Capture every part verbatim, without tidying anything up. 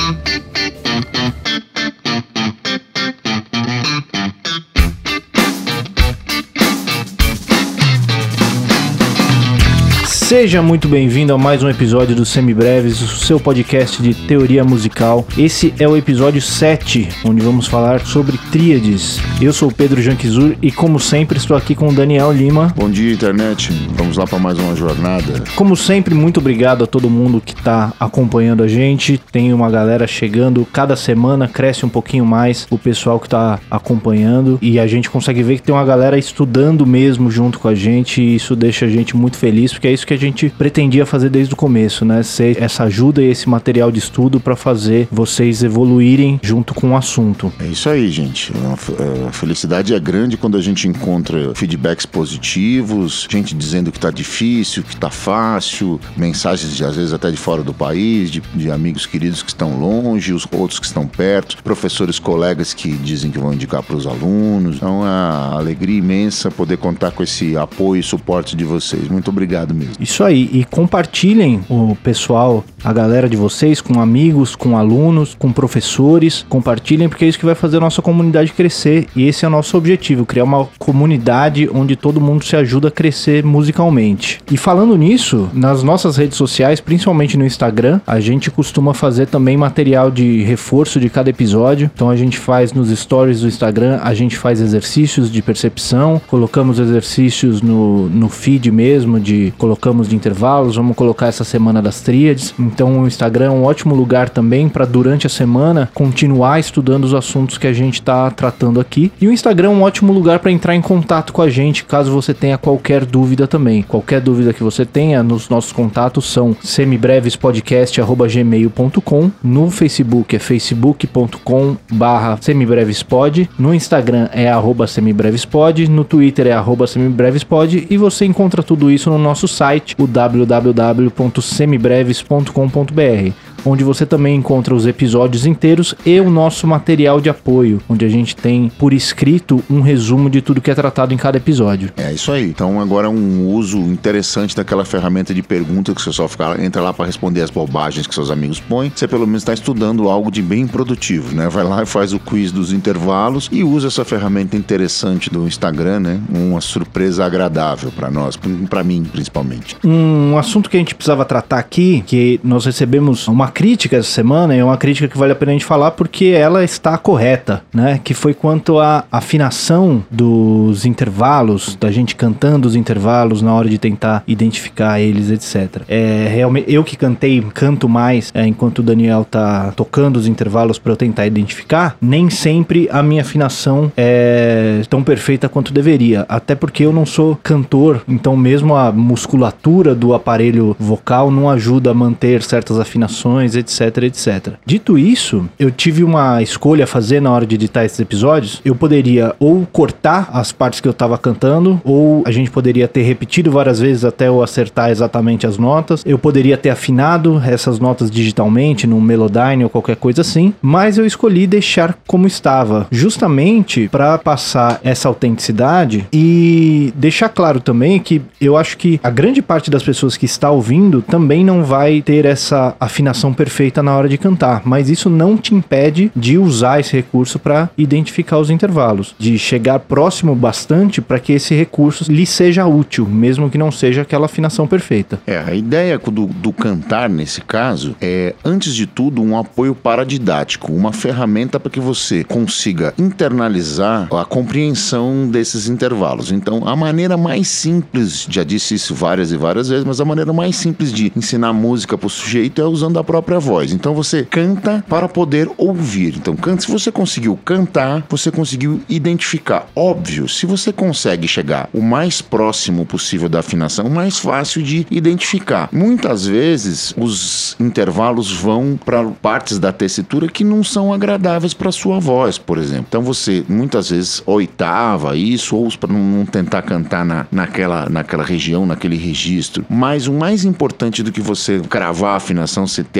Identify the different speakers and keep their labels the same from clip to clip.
Speaker 1: Seja muito bem-vindo a mais um episódio do Semibreves, o seu podcast de teoria musical. Esse é o episódio sete, onde vamos falar sobre tríades. Eu sou o Pedro Janquizur e, como sempre, estou aqui com o Daniel Lima.
Speaker 2: Bom dia, internet. Vamos lá para mais uma jornada.
Speaker 1: Como sempre, muito obrigado a todo mundo que está acompanhando a gente. Tem uma galera chegando cada semana, cresce um pouquinho mais o pessoal que está acompanhando e a gente consegue ver que tem uma galera estudando mesmo junto com a gente e isso deixa a gente muito feliz, porque é isso que a gente pretendia fazer desde o começo, né? Ser essa ajuda e esse material de estudo para fazer vocês evoluírem junto com o assunto.
Speaker 2: É isso aí, gente. A felicidade é grande quando a gente encontra feedbacks positivos, gente dizendo que tá difícil, que tá fácil, mensagens de, às vezes até de fora do país, de, de amigos queridos que estão longe, os outros que estão perto, professores, colegas que dizem que vão indicar para os alunos. Então é uma alegria imensa poder contar com esse apoio e suporte de vocês. Muito obrigado mesmo.
Speaker 1: Isso aí, e compartilhem o pessoal, a galera de vocês, com amigos, com alunos, com professores, compartilhem porque é isso que vai fazer a nossa comunidade crescer e esse é o nosso objetivo, criar uma comunidade onde todo mundo se ajuda a crescer musicalmente. E falando nisso, nas nossas redes sociais, principalmente no Instagram, a gente costuma fazer também material de reforço de cada episódio, então a gente faz nos stories do Instagram, a gente faz exercícios de percepção, colocamos exercícios no, no feed mesmo, de colocamos de intervalos, vamos colocar essa semana das tríades, então o Instagram é um ótimo lugar também para durante a semana continuar estudando os assuntos que a gente está tratando aqui, e o Instagram é um ótimo lugar para entrar em contato com a gente caso você tenha qualquer dúvida também, qualquer dúvida que você tenha, nos nossos contatos são semibrevespodcast arroba gmail ponto com, no Facebook é facebook ponto com barra semibrevespod, no Instagram é arroba semibrevespod, no Twitter é arroba semibrevespod e você encontra tudo isso no nosso site, o w w w ponto semibreves ponto com ponto b r, onde você também encontra os episódios inteiros e o nosso material de apoio, onde a gente tem por escrito um resumo de tudo que é tratado em cada episódio.
Speaker 2: É isso aí. Então agora é um uso interessante daquela ferramenta de pergunta que você só fica, entra lá para responder as bobagens que seus amigos põem. Você pelo menos está estudando algo de bem produtivo, né? Vai lá e faz o quiz dos intervalos e usa essa ferramenta interessante do Instagram, né? Uma surpresa agradável para nós, para mim principalmente.
Speaker 1: Um assunto que a gente precisava tratar aqui, que nós recebemos uma crítica essa semana, é uma crítica que vale a pena a gente falar porque ela está correta, né? Que foi quanto à afinação dos intervalos, da gente cantando os intervalos na hora de tentar identificar eles, etcétera. É, realmente, eu que cantei, canto mais, é, enquanto o Daniel tá tocando os intervalos para eu tentar identificar, nem sempre a minha afinação é tão perfeita quanto deveria, até porque eu não sou cantor, então mesmo a musculatura do aparelho vocal não ajuda a manter certas afinações, etc, etcétera. Dito isso, eu tive uma escolha a fazer na hora de editar esses episódios. Eu poderia ou cortar as partes que eu tava cantando, ou a gente poderia ter repetido várias vezes até eu acertar exatamente as notas. Eu poderia ter afinado essas notas digitalmente num Melodyne ou qualquer coisa assim, mas eu escolhi deixar como estava, justamente para passar essa autenticidade e deixar claro também que eu acho que a grande parte das pessoas que está ouvindo também não vai ter essa afinação perfeita na hora de cantar, mas isso não te impede de usar esse recurso para identificar os intervalos, de chegar próximo bastante para que esse recurso lhe seja útil, mesmo que não seja aquela afinação perfeita.
Speaker 2: É, a ideia do, do cantar nesse caso é, antes de tudo, um apoio paradidático, uma ferramenta para que você consiga internalizar a compreensão desses intervalos. Então, a maneira mais simples, já disse isso várias e várias vezes, mas a maneira mais simples de ensinar música para o sujeito é usando a própria voz. Então você canta para poder ouvir. Então, canta, se você conseguiu cantar, você conseguiu identificar. Óbvio, se você consegue chegar o mais próximo possível da afinação, mais fácil de identificar. Muitas vezes, os intervalos vão para partes da tessitura que não são agradáveis para sua voz, por exemplo. Então você, muitas vezes, oitava isso, ou para não tentar cantar na, naquela, naquela região, naquele registro. Mas o mais importante do que você cravar a afinação, você ter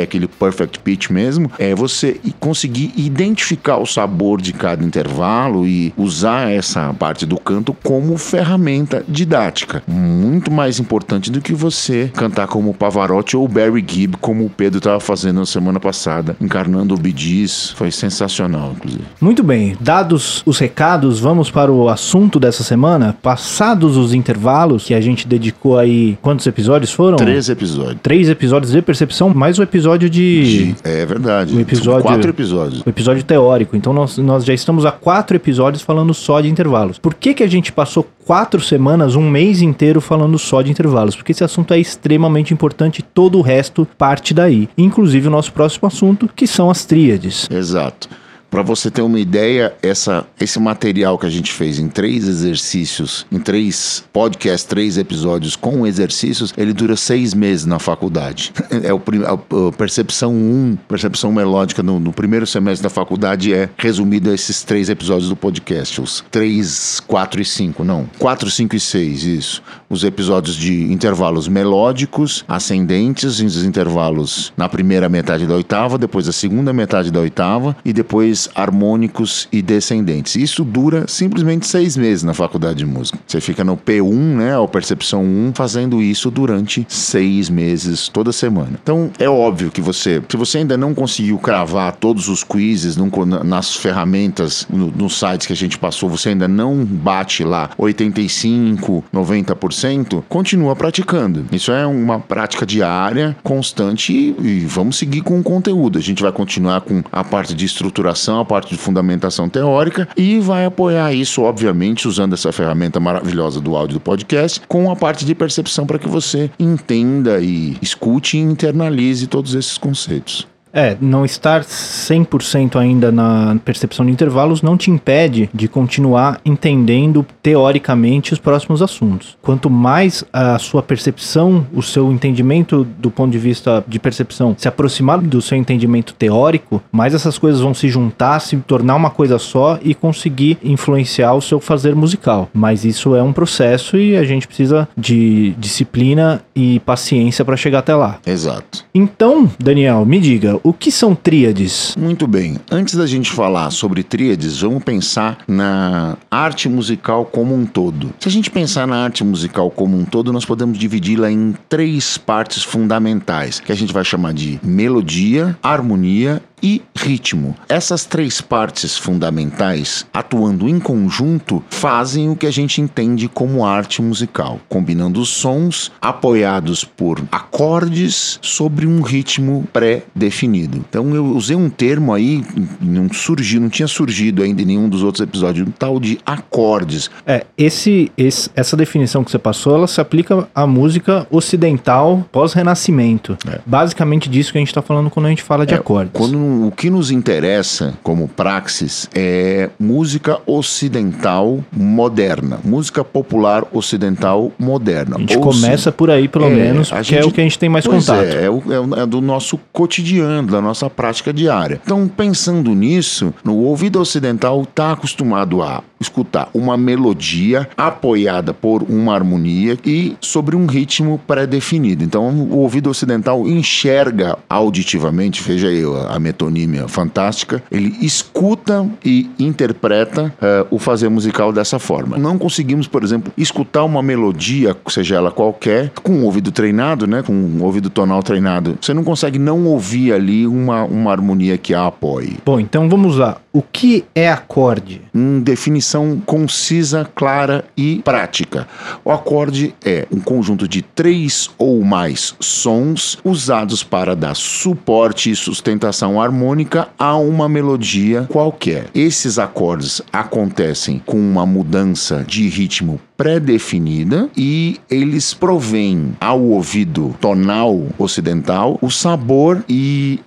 Speaker 2: aquele perfect pitch mesmo, é você conseguir identificar o sabor de cada intervalo e usar essa parte do canto como ferramenta didática. Muito mais importante do que você cantar como Pavarotti ou Barry Gibb, como o Pedro estava fazendo na semana passada, encarnando o Bee Gees. Foi sensacional, inclusive.
Speaker 1: Muito bem, dados os recados, vamos para o assunto dessa semana. Passados os intervalos, que a gente dedicou aí, quantos episódios foram?
Speaker 2: Três episódios.
Speaker 1: Três episódios de percepção, mais o episódio de...
Speaker 2: de é verdade.
Speaker 1: O episódio,
Speaker 2: São quatro episódios.
Speaker 1: O episódio teórico. Então nós, nós já estamos há quatro episódios falando só de intervalos. Por que que a gente passou quatro semanas, um mês inteiro falando só de intervalos? Porque esse assunto é extremamente importante e todo o resto parte daí. Inclusive o nosso próximo assunto, que são as tríades.
Speaker 2: Exato. Para você ter uma ideia, essa, esse material que a gente fez em três exercícios, em três podcasts, três episódios com exercícios, ele dura seis meses na faculdade. É o a, a percepção um, percepção melódica no, no primeiro semestre da faculdade é resumido a esses três episódios do podcast. Os três, quatro e cinco, não. quatro, cinco e seis, isso. Os episódios de intervalos melódicos, ascendentes, os intervalos na primeira metade da oitava, depois a segunda metade da oitava e depois harmônicos e descendentes. Isso dura simplesmente seis meses na faculdade de música. Você fica no P um, né, ou percepção um, fazendo isso durante seis meses, toda semana. Então, é óbvio que você, se você ainda não conseguiu cravar todos os quizzes num, nas ferramentas, no, nos sites que a gente passou, você ainda não bate lá oitenta e cinco, noventa por cento, continua praticando. Isso é uma prática diária, constante e, e vamos seguir com o conteúdo. A gente vai continuar com a parte de estruturação, a parte de fundamentação teórica e vai apoiar isso, obviamente, usando essa ferramenta maravilhosa do áudio do podcast, com a parte de percepção para que você entenda e escute e internalize todos esses conceitos.
Speaker 1: É, não estar cem por cento ainda na percepção de intervalos não te impede de continuar entendendo teoricamente os próximos assuntos. Quanto mais a sua percepção, o seu entendimento do ponto de vista de percepção se aproximar do seu entendimento teórico, mais essas coisas vão se juntar, se tornar uma coisa só e conseguir influenciar o seu fazer musical. Mas isso é um processo e a gente precisa de disciplina e paciência para chegar até lá.
Speaker 2: Exato.
Speaker 1: Então, Daniel, me diga, o que são tríades?
Speaker 2: Muito bem. Antes da gente falar sobre tríades, vamos pensar na arte musical como um todo. Se a gente pensar na arte musical como um todo, nós podemos dividi-la em três partes fundamentais, que a gente vai chamar de melodia, harmonia e ritmo. Essas três partes fundamentais, atuando em conjunto, fazem o que a gente entende como arte musical, combinando os sons apoiados por acordes sobre um ritmo pré-definido. Então eu usei um termo aí, não surgiu, não tinha surgido ainda em nenhum dos outros episódios, um tal de acordes.
Speaker 1: É, esse, esse, essa definição que você passou, ela se aplica à música ocidental pós-renascimento. É. Basicamente disso que a gente está falando quando a gente fala de
Speaker 2: é,
Speaker 1: acordes.
Speaker 2: Quando o que nos interessa como praxis é música ocidental moderna, música popular ocidental moderna.
Speaker 1: A gente
Speaker 2: Ou
Speaker 1: começa se, por aí, pelo é, menos, porque gente, é o que a gente tem mais contato.
Speaker 2: É, é, o, é do nosso cotidiano, da nossa prática diária. Então, pensando nisso, no ouvido ocidental está acostumado a escutar uma melodia apoiada por uma harmonia e sobre um ritmo pré-definido. Então, o ouvido ocidental enxerga auditivamente, veja aí a metonímia fantástica, ele escuta e interpreta uh, o fazer musical dessa forma. Não conseguimos, por exemplo, escutar uma melodia, seja ela qualquer, com o ouvido treinado, né, com o ouvido tonal treinado. Você não consegue não ouvir ali uma, uma harmonia que a apoie.
Speaker 1: Bom, então vamos lá. O que é acorde?
Speaker 2: Em definição concisa, clara e prática. O acorde é um conjunto de três ou mais sons usados para dar suporte e sustentação harmônica a uma melodia qualquer. Esses acordes acontecem com uma mudança de ritmo pré-definida e eles provêm ao ouvido tonal ocidental o sabor e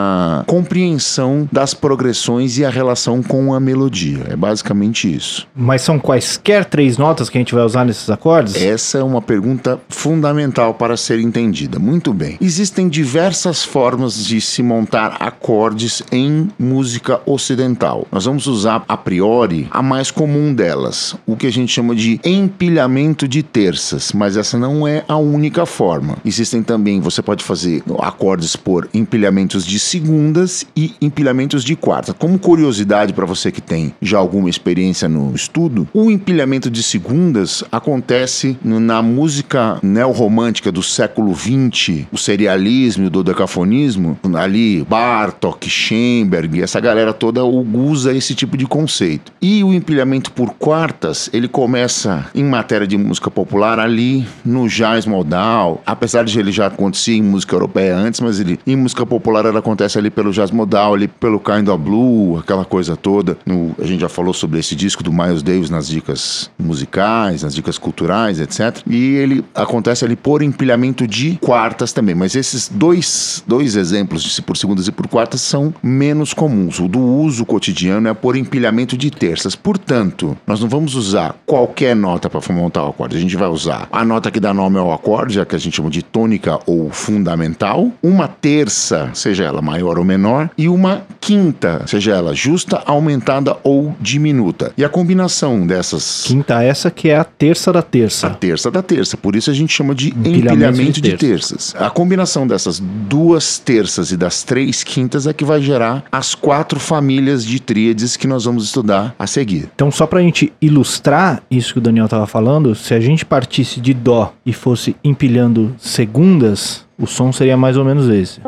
Speaker 2: a compreensão das progressões e a relação com a melodia. É basicamente isso.
Speaker 1: Mas são quaisquer três notas que a gente vai usar nesses acordes?
Speaker 2: Essa é uma pergunta fundamental para ser entendida. Muito bem. Existem diversas formas de se montar acordes em música ocidental. Nós vamos usar, a priori, a mais comum delas, o que a gente chama de empilhamento de terças, mas essa não é a única forma. Existem também, você pode fazer acordes por empilhamentos de segundas e empilhamentos de quartas. Como curiosidade para você que tem já alguma experiência no estudo, o empilhamento de segundas acontece na música neorromântica do século vinte, o serialismo e o dodecafonismo, ali Bartók, Schoenberg, essa galera toda usa esse tipo de conceito. E o empilhamento por quartas, ele começa em matéria de música popular ali no jazz modal, apesar de ele já acontecer em música europeia antes, mas ele, em música popular ele acontece ali pelo jazz modal, ali pelo Kind of Blue, aquela coisa toda. No, a gente já falou sobre esse disco do Miles Davis nas dicas musicais, nas dicas culturais, etcétera. E ele acontece ali por empilhamento de quartas também, mas esses dois, dois exemplos de por segundas e por quartas são menos comuns. O do uso cotidiano é por empilhamento de terças. Portanto, nós não vamos usar qualquer nota para montar o acorde. A gente vai usar a nota que dá nome ao acorde, a que a gente chama de tônica ou fundamental, uma terça, seja ela maior ou menor, e uma quinta, seja ela justa, aumentada ou diminuta. E a combinação dessas...
Speaker 1: Quinta essa que é a terça da terça.
Speaker 2: A terça da terça. Por isso a gente chama de empilhamento, empilhamento de, de terças. A combinação dessas duas terças e das três quintas é que vai gerar as quatro famílias de tríades que nós vamos estudar a seguir.
Speaker 1: Então, só pra gente ilustrar isso que o Daniel estava falando, se a gente partisse de Dó e fosse empilhando segundas, o som seria mais ou menos esse.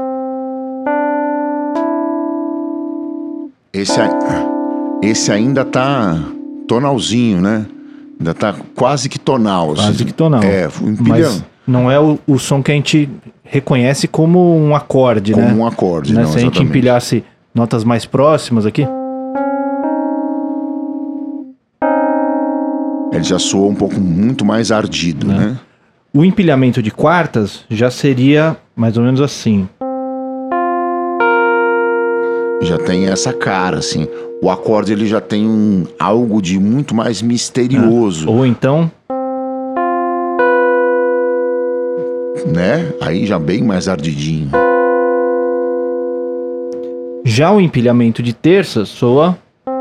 Speaker 2: Esse, esse ainda tá tonalzinho, né? Ainda tá quase que tonal.
Speaker 1: Quase
Speaker 2: assim.
Speaker 1: que tonal.
Speaker 2: É, empilhando.
Speaker 1: Mas não é o, o som que a gente reconhece como um acorde,
Speaker 2: como
Speaker 1: né?
Speaker 2: Como um acorde,
Speaker 1: né?
Speaker 2: não,
Speaker 1: Se a gente
Speaker 2: exatamente.
Speaker 1: empilhasse notas mais próximas aqui...
Speaker 2: Ele já soa um pouco muito mais ardido, né? né?
Speaker 1: O empilhamento de quartas já seria mais ou menos assim.
Speaker 2: Já tem essa cara, assim. O acorde ele já tem um, algo de muito mais misterioso.
Speaker 1: Ah, ou então...
Speaker 2: Né? Aí já bem mais ardidinho.
Speaker 1: Já o empilhamento de terças soa...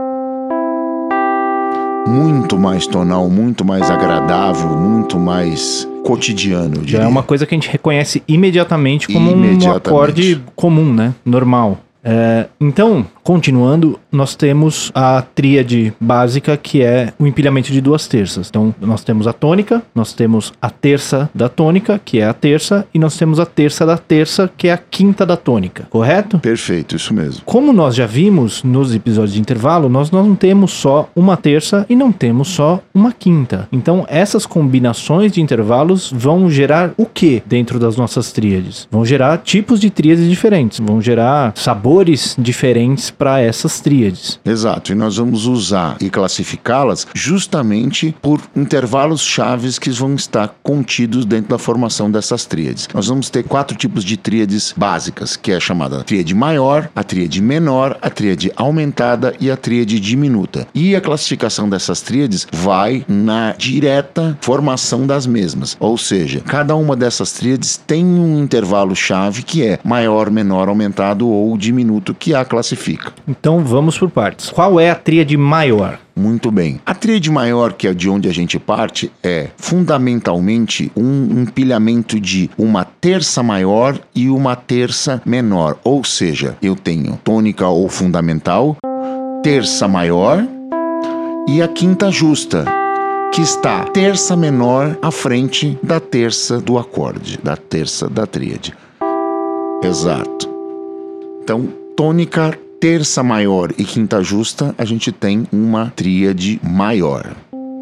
Speaker 2: muito mais tonal, muito mais agradável, muito mais cotidiano, eu diria.
Speaker 1: Já é uma coisa que a gente reconhece imediatamente como
Speaker 2: imediatamente.
Speaker 1: um acorde comum, né? Normal. É, então, continuando, nós temos a tríade básica, que é o empilhamento de duas terças. Então, nós temos a tônica, nós temos a terça da tônica, que é a terça, e nós temos a terça da terça, que é a quinta da tônica, correto?
Speaker 2: Perfeito, isso mesmo.
Speaker 1: Como nós já vimos nos episódios de intervalo, nós não temos só uma terça e não temos só uma quinta. Então, essas combinações de intervalos vão gerar o que dentro das nossas tríades? Vão gerar tipos de tríades diferentes, vão gerar sabores diferentes para essas tríades.
Speaker 2: Exato, e nós vamos usar e classificá-las justamente por intervalos chaves que vão estar contidos dentro da formação dessas tríades. Nós vamos ter quatro tipos de tríades básicas, que é a chamada tríade maior, a tríade menor, a tríade aumentada e a tríade diminuta. E a classificação dessas tríades vai na direta formação das mesmas, ou seja, cada uma dessas tríades tem um intervalo chave que é maior, menor, aumentado ou diminuto, que a classifica.
Speaker 1: Então vamos por partes. Qual é a tríade maior?
Speaker 2: Muito bem. A tríade maior, que é de onde a gente parte, é fundamentalmente um empilhamento de uma terça maior e uma terça menor. Ou seja, eu tenho tônica ou fundamental, terça maior e a quinta justa, que está terça menor à frente da terça do acorde, da terça da tríade. Exato. Então, tônica, terça maior e quinta justa, a gente tem uma tríade maior.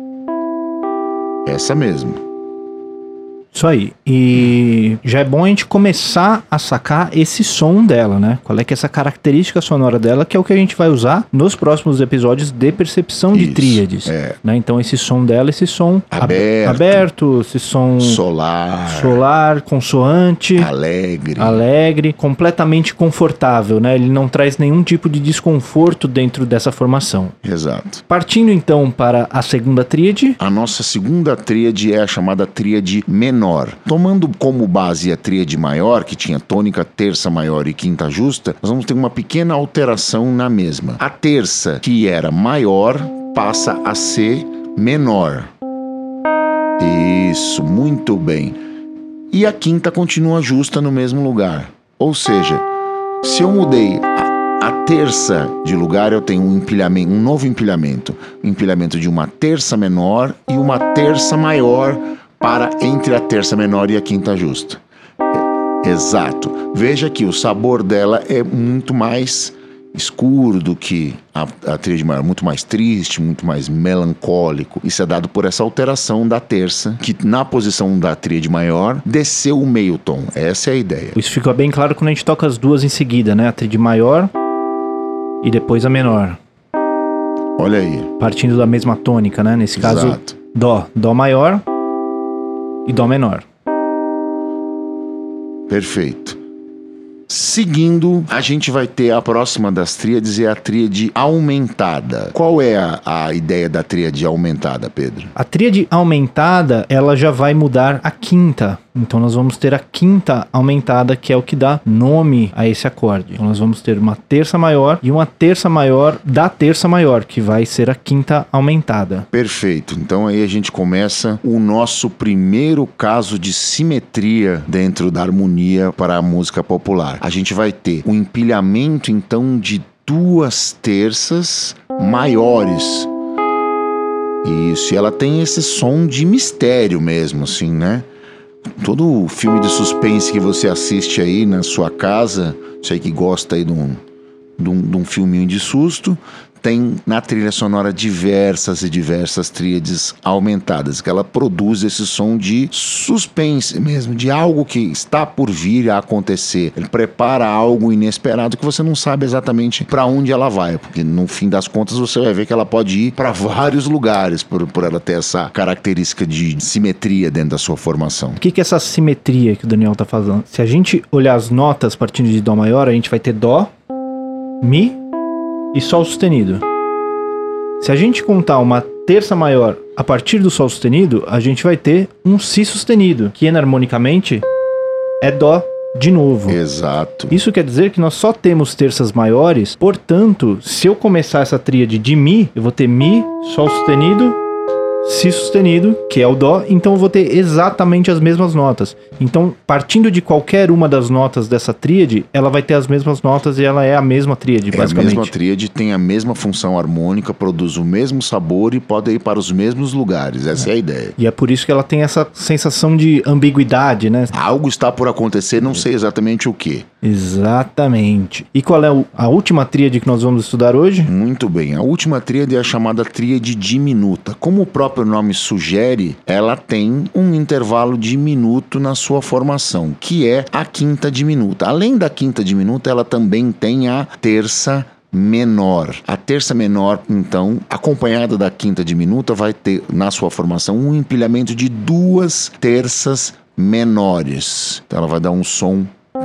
Speaker 2: Essa mesmo.
Speaker 1: Isso aí. E já é bom a gente começar a sacar esse som dela, né? Qual é que é essa característica sonora dela, que é o que a gente vai usar nos próximos episódios de percepção de
Speaker 2: Isso,
Speaker 1: tríades.
Speaker 2: É.
Speaker 1: Né? Então esse som dela, esse som
Speaker 2: aberto,
Speaker 1: aberto esse som
Speaker 2: solar,
Speaker 1: solar, consoante,
Speaker 2: alegre,
Speaker 1: alegre, completamente confortável, né? Ele não traz nenhum tipo de desconforto dentro dessa formação.
Speaker 2: Exato.
Speaker 1: Partindo então para a segunda tríade.
Speaker 2: A nossa segunda tríade é a chamada tríade menor. Tomando como base a tríade maior, que tinha tônica, terça maior e quinta justa, nós vamos ter uma pequena alteração na mesma. A terça, que era maior, passa a ser menor. Isso, muito bem. E a quinta continua justa no mesmo lugar. Ou seja, se eu mudei a, a terça de lugar, eu tenho um empilhamento, um novo empilhamento. Um empilhamento de uma terça menor e uma terça maior para entre a terça menor e a quinta justa. Exato. Veja que o sabor dela é muito mais escuro do que a, a tríade maior, muito mais triste, muito mais melancólico. Isso é dado por essa alteração da terça, que na posição da tríade maior desceu o meio tom. Essa é a ideia.
Speaker 1: Isso fica bem claro quando a gente toca as duas em seguida, né? A tríade maior e depois a menor.
Speaker 2: Olha aí.
Speaker 1: Partindo da mesma tônica, né? Nesse caso,
Speaker 2: Exato.
Speaker 1: Dó, Dó maior e Dó menor.
Speaker 2: Perfeito. Seguindo, a gente vai ter a próxima das tríades, é a tríade aumentada. Qual é a, a ideia da tríade aumentada, Pedro?
Speaker 1: A tríade aumentada, ela já vai mudar a quinta. Então nós vamos ter a quinta aumentada, que é o que dá nome a esse acorde. Então nós vamos ter uma terça maior e uma terça maior da terça maior, que vai ser a quinta aumentada.
Speaker 2: Perfeito. Então aí a gente começa o nosso primeiro caso de simetria dentro da harmonia para a música popular. A gente vai ter um empilhamento então de duas terças maiores. Isso, e ela tem esse som de mistério mesmo, assim, né? Todo filme de suspense que você assiste aí na sua casa, você que gosta aí de um, de um, de um filminho de susto, tem na trilha sonora diversas e diversas tríades aumentadas, que ela produz esse som de suspense mesmo, de algo que está por vir a acontecer. Ele prepara algo inesperado que você não sabe exatamente para onde ela vai, porque no fim das contas você vai ver que ela pode ir para vários lugares por, por ela ter essa característica de simetria dentro da sua formação.
Speaker 1: O que, que é essa simetria que o Daniel tá falando? Se a gente olhar as notas partindo de Dó maior, a gente vai ter Dó, Mi e Sol sustenido. Se a gente contar uma terça maior a partir do Sol sustenido, a gente vai ter um Si sustenido, que enarmonicamente é Dó de novo.
Speaker 2: Exato.
Speaker 1: Isso quer dizer que nós só temos terças maiores, portanto, se eu começar essa tríade de Mi, eu vou ter Mi, Sol sustenido, Si sustenido, que é o Dó, então eu vou ter exatamente as mesmas notas. Então, partindo de qualquer uma das notas dessa tríade, ela vai ter as mesmas notas e ela é a mesma tríade,
Speaker 2: é
Speaker 1: basicamente.
Speaker 2: A mesma tríade, tem a mesma função harmônica, produz o mesmo sabor e pode ir para os mesmos lugares. Essa é, é a ideia.
Speaker 1: E é por isso que ela tem essa sensação de ambiguidade, né?
Speaker 2: Algo está por acontecer, não sei exatamente o que.
Speaker 1: Exatamente. E qual é a última tríade que nós vamos estudar hoje?
Speaker 2: Muito bem. A última tríade é a chamada tríade diminuta. Como o próprio nome sugere, ela tem um intervalo diminuto na sua formação, que é a quinta diminuta. Além da quinta diminuta, ela também tem a terça menor. A terça menor, então, acompanhada da quinta diminuta, vai ter na sua formação um empilhamento de duas terças menores. Então ela vai dar um som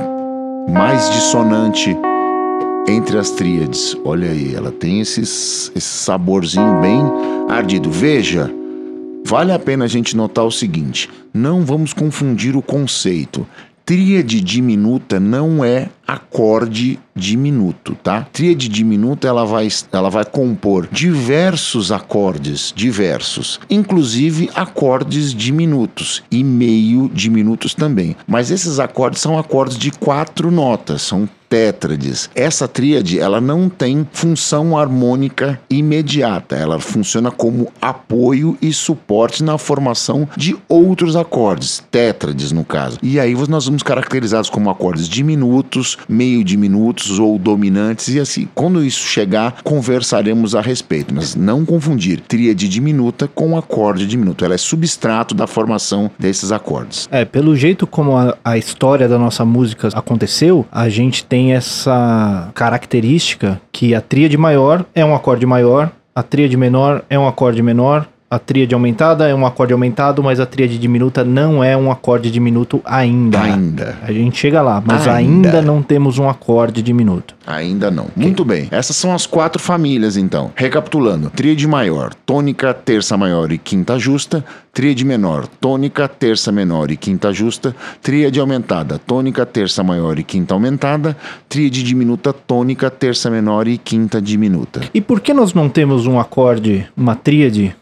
Speaker 2: mais dissonante entre as tríades. Olha aí, ela tem esses, esse saborzinho bem ardido. Veja, vale a pena a gente notar o seguinte: não vamos confundir o conceito. Tríade diminuta não é acorde diminuto, tá? Tríade diminuta, ela vai, ela vai compor diversos acordes, diversos, inclusive acordes diminutos e meio diminutos também. Mas esses acordes são acordes de quatro notas, são tétrades. Essa tríade, ela não tem função harmônica imediata, ela funciona como apoio e suporte na formação de outros acordes, tétrades no caso. E aí nós vamos caracterizados como acordes diminutos, meio diminutos ou dominantes, e assim, quando isso chegar, conversaremos a respeito, mas não confundir tríade diminuta com acorde diminuto. Ela é substrato da formação desses acordes.
Speaker 1: É, pelo jeito como a, a história da nossa música aconteceu, a gente tem essa característica que a tríade maior é um acorde maior, a tríade menor é um acorde menor, a tríade aumentada é um acorde aumentado, mas a tríade diminuta não é um acorde diminuto ainda.
Speaker 2: Ainda.
Speaker 1: A gente chega lá, mas
Speaker 2: ainda,
Speaker 1: ainda não temos um acorde diminuto.
Speaker 2: Ainda não. Okay. Muito bem. Essas são as quatro famílias, então. Recapitulando. Tríade maior, tônica, terça maior e quinta justa. Tríade menor, tônica, terça menor e quinta justa. Tríade aumentada, tônica, terça maior e quinta aumentada. Tríade diminuta, tônica, terça menor e quinta diminuta.
Speaker 1: E por que nós não temos um acorde, uma tríade com a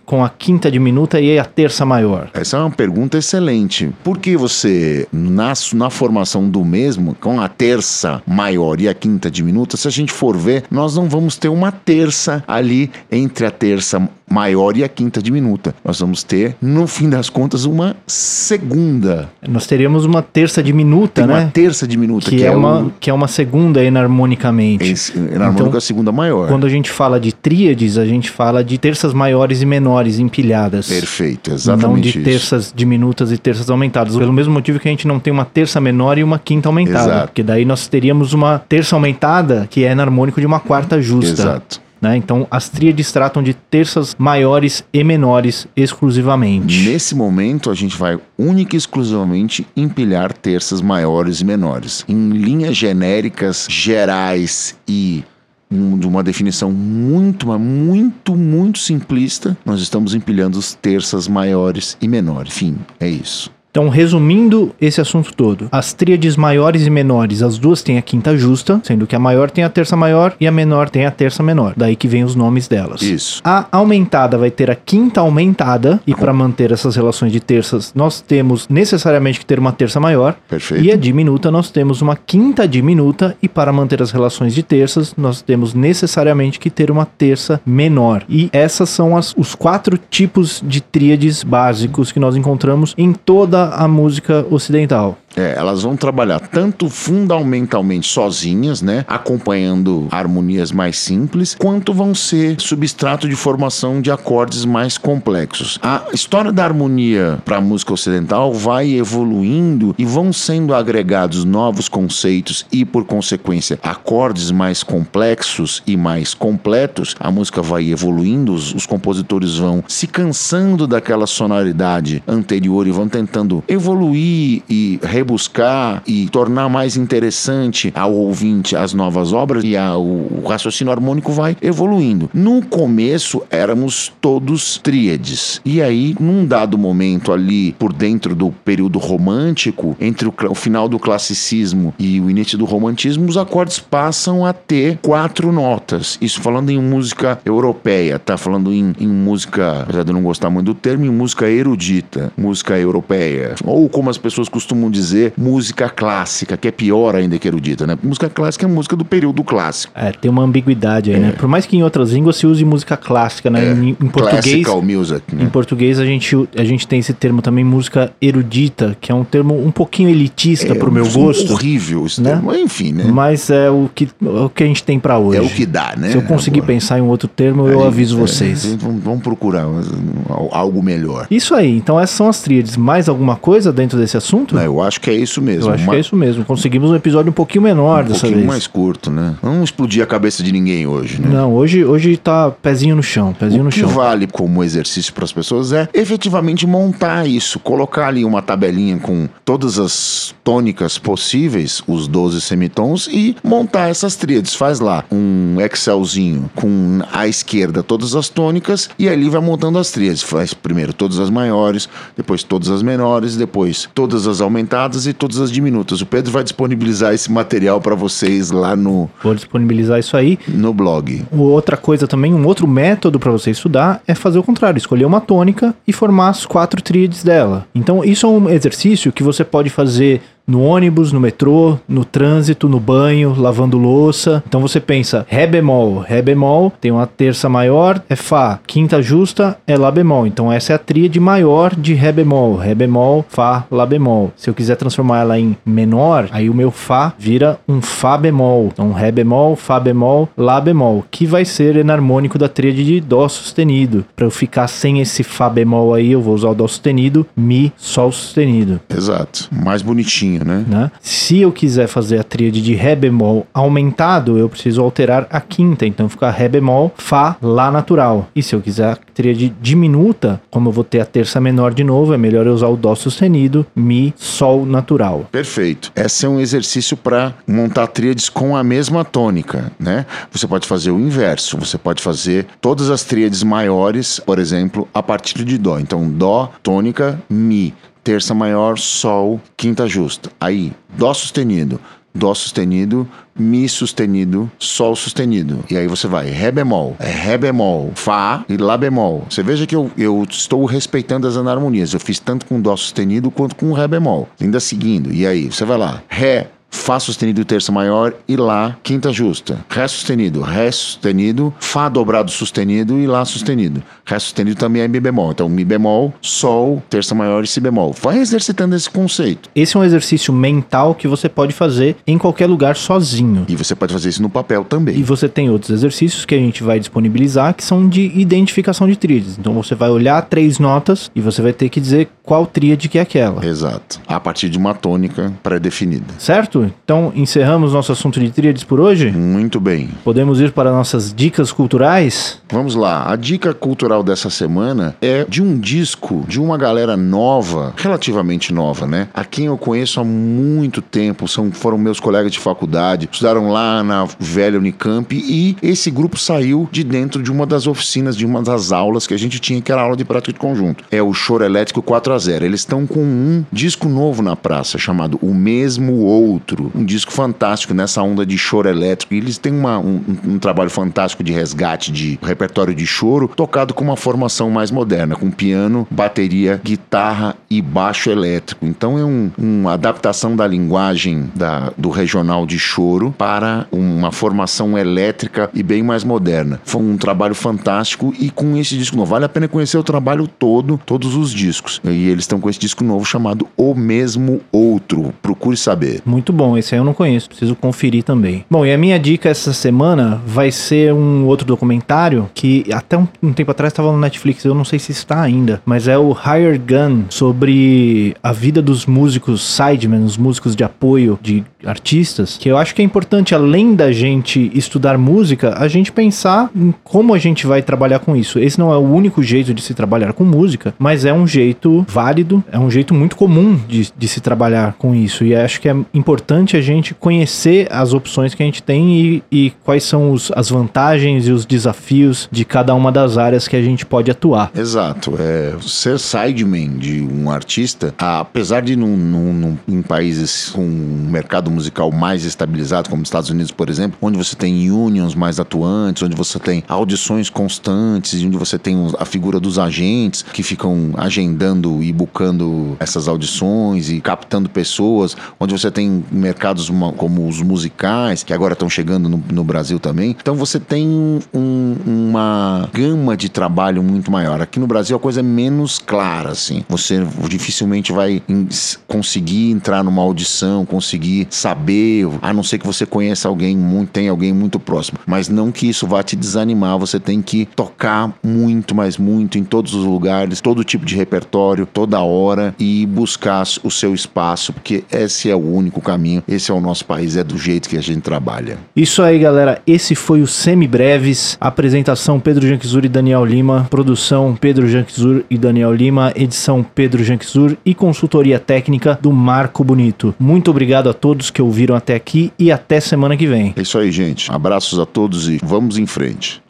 Speaker 1: quinta diminuta e a terça maior?
Speaker 2: Essa é uma pergunta excelente. Por que você, na, na formação do mesmo, com a terça maior e a quinta diminuta, se a gente for ver, nós não vamos ter uma terça ali entre a terça maior e a quinta diminuta. Nós vamos ter, no fim das contas, uma segunda.
Speaker 1: Nós teríamos uma terça diminuta,
Speaker 2: Tem
Speaker 1: né?
Speaker 2: uma terça diminuta,
Speaker 1: que,
Speaker 2: que
Speaker 1: é,
Speaker 2: é
Speaker 1: uma,
Speaker 2: o...
Speaker 1: que é uma segunda enarmonicamente.
Speaker 2: Esse, enarmônico
Speaker 1: Então,
Speaker 2: é a segunda maior.
Speaker 1: Quando a gente fala de tríades, a gente fala de terças maiores e menores empilhadas.
Speaker 2: Perfeito, exatamente
Speaker 1: Não de
Speaker 2: isso.
Speaker 1: terças diminutas e terças aumentadas. Pelo mesmo motivo que a gente não tem uma terça menor e uma quinta aumentada.
Speaker 2: Exato.
Speaker 1: Porque daí nós teríamos uma terça aumentada que é enarmônico de uma quarta justa.
Speaker 2: Exato.
Speaker 1: Né? Então, as tríades tratam de terças maiores e menores exclusivamente.
Speaker 2: Nesse momento, a gente vai única e exclusivamente empilhar terças maiores e menores. Em linhas genéricas, gerais e um, de uma definição muito, mas muito, muito simplista, nós estamos empilhando as terças maiores e menores. Enfim, é isso.
Speaker 1: Então, resumindo esse assunto todo, as tríades maiores e menores, as duas têm a quinta justa, sendo que a maior tem a terça maior e a menor tem a terça menor. Daí que vem os nomes delas.
Speaker 2: Isso.
Speaker 1: A aumentada vai ter a quinta aumentada, e para manter essas relações de terças, nós temos necessariamente que ter uma terça maior.
Speaker 2: Perfeito.
Speaker 1: E a diminuta, nós temos uma quinta diminuta, e para manter as relações de terças, nós temos necessariamente que ter uma terça menor. E essas são as, os quatro tipos de tríades básicos que nós encontramos em toda a música ocidental.
Speaker 2: É, elas vão trabalhar tanto fundamentalmente sozinhas, né, acompanhando harmonias mais simples, quanto vão ser substrato de formação de acordes mais complexos. A história da harmonia para a música ocidental vai evoluindo e vão sendo agregados novos conceitos e, por consequência, acordes mais complexos e mais completos. A música vai evoluindo, os, os compositores vão se cansando daquela sonoridade anterior e vão tentando evoluir e rebuscar e tornar mais interessante ao ouvinte as novas obras, e a, o, o raciocínio harmônico vai evoluindo. No começo éramos todos tríades, e aí num dado momento ali por dentro do período romântico, entre o, o final do classicismo e o início do romantismo, os acordes passam a ter quatro notas. Isso falando em música europeia, tá? Falando em, em música, apesar de eu não gostar muito do termo, em música erudita, música europeia, ou como as pessoas costumam dizer, música clássica, que é pior ainda que erudita, né? Música clássica é música do período clássico.
Speaker 1: É, tem uma ambiguidade aí,
Speaker 2: é.
Speaker 1: né? Por mais que em outras línguas se use música clássica, né?
Speaker 2: É.
Speaker 1: Em, em português,
Speaker 2: Classical music, né?
Speaker 1: Em português a gente, a gente tem esse termo também, música erudita, que é um termo um pouquinho elitista
Speaker 2: é,
Speaker 1: pro meu gosto.
Speaker 2: Horrível esse
Speaker 1: né?
Speaker 2: termo, enfim, né?
Speaker 1: Mas é o que, o que a gente tem pra hoje.
Speaker 2: É o que dá, né?
Speaker 1: Se eu conseguir
Speaker 2: Agora,
Speaker 1: pensar em um outro termo, eu
Speaker 2: aí,
Speaker 1: aviso
Speaker 2: é,
Speaker 1: vocês.
Speaker 2: Vamos, vamos procurar algo melhor.
Speaker 1: Isso aí, então essas são as tríades. Mais alguma coisa dentro desse assunto?
Speaker 2: Não, eu acho que é isso mesmo.
Speaker 1: Eu acho
Speaker 2: Uma,
Speaker 1: que é isso mesmo. Conseguimos um episódio um pouquinho menor
Speaker 2: um
Speaker 1: dessa
Speaker 2: pouquinho
Speaker 1: vez.
Speaker 2: mais curto, né? Não explodir a cabeça de ninguém hoje, né?
Speaker 1: Não, hoje, hoje tá pezinho no chão, pezinho
Speaker 2: o
Speaker 1: no
Speaker 2: que
Speaker 1: chão.
Speaker 2: vale como exercício para as pessoas é efetivamente montar isso, colocar ali uma tabelinha com todas as tônicas possíveis, os doze semitons, e montar essas tríades. Faz lá um Excelzinho com à esquerda todas as tônicas, e ali vai montando as tríades. Faz primeiro todas as maiores, depois todas as menores, depois todas as aumentadas e todas as diminutas. O Pedro vai disponibilizar esse material para vocês lá no,
Speaker 1: Vou disponibilizar isso aí.
Speaker 2: no blog.
Speaker 1: Outra coisa também, um outro método para você estudar é fazer o contrário, escolher uma tônica e formar as quatro tríades dela. Então isso é um exercício que você pode fazer no ônibus, no metrô, no trânsito, no banho, lavando louça. Então você pensa, Ré bemol, Ré bemol, tem uma terça maior, é Fá. Quinta justa é Lá bemol. Então essa é a tríade maior de Ré bemol. Ré bemol, Fá, Lá bemol. Se eu quiser transformar ela em menor, aí o meu Fá vira um Fá bemol. Então Ré bemol, Fá bemol, Lá bemol, que vai ser enarmônico da tríade de Dó sustenido. Para eu ficar sem esse Fá bemol aí, eu vou usar o Dó sustenido, Mi, Sol sustenido.
Speaker 2: Exato. Mais bonitinho. Né?
Speaker 1: Né? Se eu quiser fazer a tríade de Ré bemol aumentado, eu preciso alterar a quinta, então fica Ré bemol, Fá, Lá natural. E se eu quiser a tríade diminuta, como eu vou ter a terça menor de novo, é melhor eu usar o Dó sustenido, Mi, Sol natural.
Speaker 2: Perfeito. Esse é um exercício para montar tríades com a mesma tônica, né? Você pode fazer o inverso, você pode fazer todas as tríades maiores, por exemplo, a partir de Dó. Então, Dó, tônica, Mi. Terça maior, Sol, quinta justa. Aí, Dó sustenido, Dó sustenido, Mi sustenido, Sol sustenido. E aí você vai Ré bemol, Ré bemol, Fá e Lá bemol. Você veja que eu, eu estou respeitando as anarmonias. Eu fiz tanto com Dó sustenido quanto com Ré bemol. Ainda seguindo. E aí você vai lá, Ré, Fá sustenido, terça maior e Lá, quinta justa. Ré sustenido, Ré sustenido, Fá dobrado sustenido e Lá sustenido. Ré sustenido também é Mi bemol. Então, Mi bemol, Sol, terça maior e Si bemol. Vai exercitando esse conceito.
Speaker 1: Esse é um exercício mental que você pode fazer em qualquer lugar sozinho.
Speaker 2: E você pode fazer isso no papel também.
Speaker 1: E você tem outros exercícios que a gente vai disponibilizar que são de identificação de tríades. Então, você vai olhar três notas e você vai ter que dizer qual tríade que é aquela.
Speaker 2: Exato. A partir de uma tônica pré-definida.
Speaker 1: Certo? Então, encerramos nosso assunto de tríades por hoje?
Speaker 2: Muito bem.
Speaker 1: Podemos ir para nossas dicas culturais?
Speaker 2: Vamos lá. A dica cultural dessa semana é de um disco de uma galera nova, relativamente nova, né? A quem eu conheço há muito tempo, são, foram meus colegas de faculdade, estudaram lá na velha Unicamp e esse grupo saiu de dentro de uma das oficinas, de uma das aulas que a gente tinha, que era a aula de prática de conjunto. É o Choro Elétrico quatro a zero. Eles estão com um disco novo na praça, chamado O Mesmo Outro. Um disco fantástico nessa onda de choro elétrico. E eles têm uma, um, um trabalho fantástico de resgate de repertório de choro, tocado com uma formação mais moderna, com piano, bateria, guitarra e baixo elétrico. Então é um, uma adaptação da linguagem da, do regional de choro para uma formação elétrica e bem mais moderna. Foi um trabalho fantástico e com esse disco novo, vale a pena conhecer o trabalho todo, todos os discos. E eles estão com esse disco novo chamado O Mesmo Outro. Procure saber.
Speaker 1: Muito bom. Bom, esse aí eu não conheço, preciso conferir também. Bom, e a minha dica essa semana vai ser um outro documentário que até um, um tempo atrás estava no Netflix, eu não sei se está ainda, mas é o Hired Gun, sobre a vida dos músicos sidemen, os músicos de apoio de artistas, que eu acho que é importante, além da gente estudar música, a gente pensar em como a gente vai trabalhar com isso. Esse não é o único jeito de se trabalhar com música, mas é um jeito válido, é um jeito muito comum de, de se trabalhar com isso, e acho que é importante a gente conhecer as opções que a gente tem e, e quais são os, as vantagens e os desafios de cada uma das áreas que a gente pode atuar.
Speaker 2: Exato. É, ser sideman de um artista, apesar de num, num, num, em países com um mercado musical mais estabilizado, como os Estados Unidos, por exemplo, onde você tem unions mais atuantes, onde você tem audições constantes e onde você tem a figura dos agentes que ficam agendando e bucando essas audições e captando pessoas, onde você tem mercados como os musicais, que agora estão chegando no, no Brasil também. Então você tem um, uma gama de trabalho muito maior. Aqui no Brasil a coisa é menos clara, assim. Você dificilmente vai in, conseguir entrar numa audição, conseguir saber, a não ser que você conheça alguém, muito, tem alguém muito próximo. Mas não que isso vá te desanimar, você tem que tocar muito, mas muito, em todos os lugares, todo tipo de repertório, toda hora, e buscar o seu espaço, porque esse é o único caminho. Esse é o nosso país, é do jeito que a gente trabalha.
Speaker 1: Isso aí, galera. Esse foi o Semibreves. Apresentação Pedro Janquizur e Daniel Lima. Produção Pedro Janquizur e Daniel Lima. Edição Pedro Janquizur e consultoria técnica do Marco Bonito. Muito obrigado a todos que ouviram até aqui e até semana que vem.
Speaker 2: É isso aí, gente. Abraços a todos e vamos em frente.